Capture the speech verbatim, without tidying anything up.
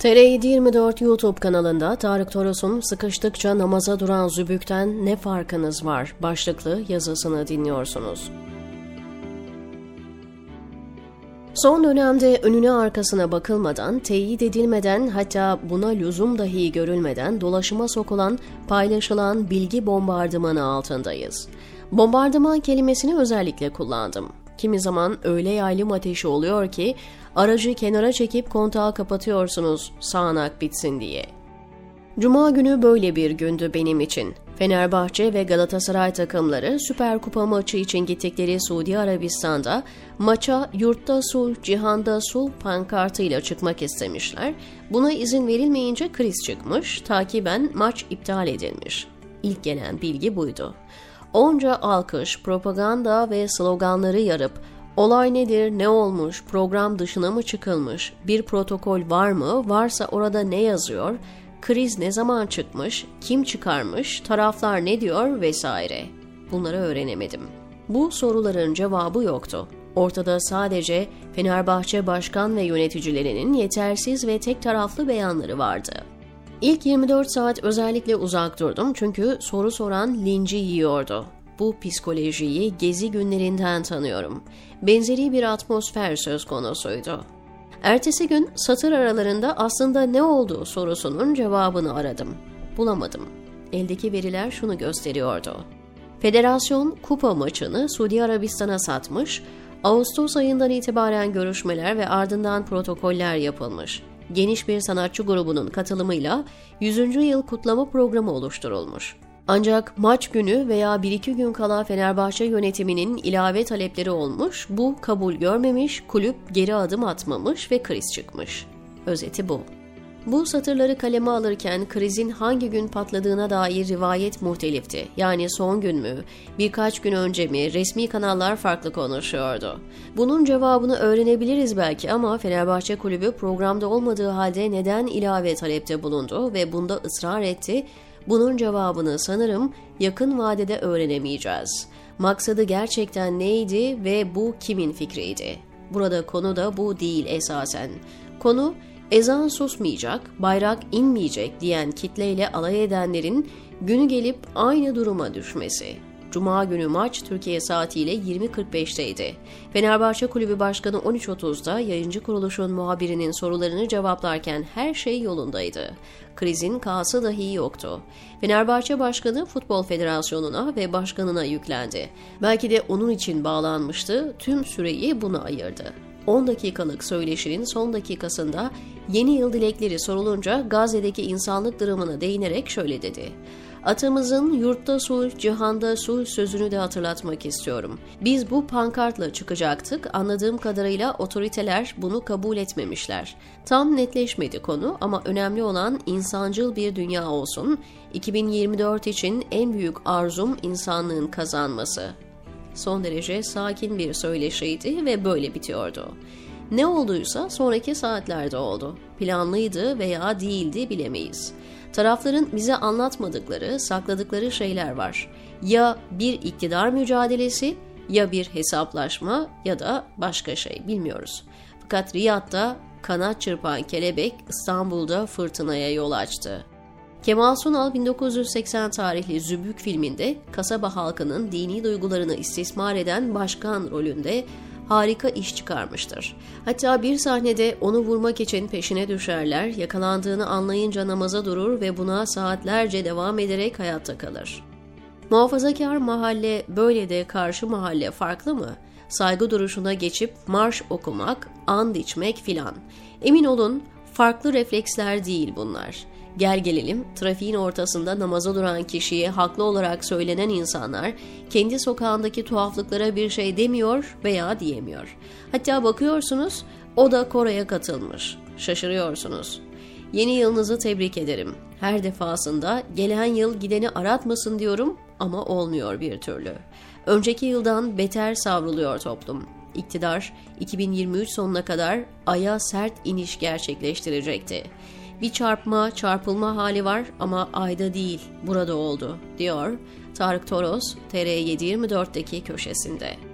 T R yedi yirmi dört YouTube kanalında Tarık Toros'un "Sıkıştıkça namaza duran zübükten ne farkınız var?" başlıklı yazısını dinliyorsunuz. Son dönemde önüne arkasına bakılmadan, teyit edilmeden, hatta buna lüzum dahi görülmeden dolaşıma sokulan, paylaşılan bilgi bombardımanı altındayız. Bombardıman kelimesini özellikle kullandım. Kimi zaman öyle yaylım ateşi oluyor ki aracı kenara çekip kontağı kapatıyorsunuz sağanak bitsin diye. Cuma günü böyle bir gündü benim için. Fenerbahçe ve Galatasaray takımları Süper Kupa maçı için gittikleri Suudi Arabistan'da maça "Yurtta sulh, cihanda sulh" pankartıyla çıkmak istemişler. Buna izin verilmeyince kriz çıkmış, takiben maç iptal edilmiş. İlk gelen bilgi buydu. Onca alkış, propaganda ve sloganları yarıp olay nedir, ne olmuş, program dışına mı çıkılmış, bir protokol var mı, varsa orada ne yazıyor, kriz ne zaman çıkmış, kim çıkarmış, taraflar ne diyor vesaire. Bunları öğrenemedim. Bu soruların cevabı yoktu. Ortada sadece Fenerbahçe başkan ve yöneticilerinin yetersiz ve tek taraflı beyanları vardı. İlk yirmi dört saat özellikle uzak durdum çünkü soru soran linci yiyordu. Bu psikolojiyi Gezi günlerinden tanıyorum. Benzeri bir atmosfer söz konusuydu. Ertesi gün satır aralarında aslında ne olduğu sorusunun cevabını aradım. Bulamadım. Eldeki veriler şunu gösteriyordu. Federasyon kupa maçını Suudi Arabistan'a satmış, Ağustos ayından itibaren görüşmeler ve ardından protokoller yapılmış. Geniş bir sanatçı grubunun katılımıyla yüzüncü yıl kutlama programı oluşturulmuş. Ancak maç günü veya bir iki gün kala Fenerbahçe yönetiminin ilave talepleri olmuş, bu kabul görmemiş, kulüp geri adım atmamış ve kriz çıkmış. Özeti bu. Bu satırları kaleme alırken krizin hangi gün patladığına dair rivayet muhtelifti. Yani son gün mü, birkaç gün önce mi, resmi kanallar farklı konuşuyordu. Bunun cevabını öğrenebiliriz belki ama Fenerbahçe kulübü programda olmadığı halde neden ilave talepte bulundu ve bunda ısrar etti? Bunun cevabını sanırım yakın vadede öğrenemeyeceğiz. Maksadı gerçekten neydi ve bu kimin fikriydi? Burada konu da bu değil esasen. Konu ezan susmayacak, bayrak inmeyecek diyen kitleyle alay edenlerin günü gelip aynı duruma düşmesi. Cuma günü maç Türkiye saatiyle yirmi kırk beşteydi. Fenerbahçe Kulübü Başkanı on üç otuzda yayıncı kuruluşun muhabirinin sorularını cevaplarken her şey yolundaydı. Krizin kası dahi yoktu. Fenerbahçe Başkanı Futbol Federasyonu'na ve başkanına yüklendi. Belki de onun için bağlanmıştı, tüm süreyi buna ayırdı. on dakikalık söyleşinin son dakikasında yeni yıl dilekleri sorulunca Gazze'deki insanlık dramına değinerek şöyle dedi. Atamızın "Yurtta sulh, cihanda sulh" sözünü de hatırlatmak istiyorum. Biz bu pankartla çıkacaktık, anladığım kadarıyla otoriteler bunu kabul etmemişler. Tam netleşmedi konu ama önemli olan insancıl bir dünya olsun. iki bin yirmi dört için en büyük arzum insanlığın kazanması. Son derece sakin bir söyleşiydi ve böyle bitiyordu. Ne olduysa sonraki saatlerde oldu. Planlıydı veya değildi bilemeyiz. Tarafların bize anlatmadıkları, sakladıkları şeyler var. Ya bir iktidar mücadelesi, ya bir hesaplaşma ya da başka şey bilmiyoruz. Fakat Riyad'da kanat çırpan kelebek İstanbul'da fırtınaya yol açtı. Kemal Sunal bin dokuz yüz seksen tarihli Zübük filminde kasaba halkının dini duygularını istismar eden başkan rolünde harika iş çıkarmıştır. Hatta bir sahnede onu vurmak için peşine düşerler, yakalandığını anlayınca namaza durur ve buna saatlerce devam ederek hayatta kalır. Muhafazakar mahalle böyle de karşı mahalle farklı mı? Saygı duruşuna geçip marş okumak, and içmek filan. Emin olun farklı refleksler değil bunlar. Gel gelelim, trafiğin ortasında namaza duran kişiye haklı olarak söylenen insanlar kendi sokağındaki tuhaflıklara bir şey demiyor veya diyemiyor. Hatta bakıyorsunuz o da Kore'ye katılmış. Şaşırıyorsunuz. Yeni yılınızı tebrik ederim. Her defasında gelen yıl gideni aratmasın diyorum ama olmuyor bir türlü. Önceki yıldan beter savruluyor toplum. İktidar iki bin yirmi üç sonuna kadar aya sert iniş gerçekleştirecekti. Bir çarpma, çarpılma hali var ama ayda değil, burada oldu, diyor Tarık Toros, T R yedi yirmi dörtteki köşesinde.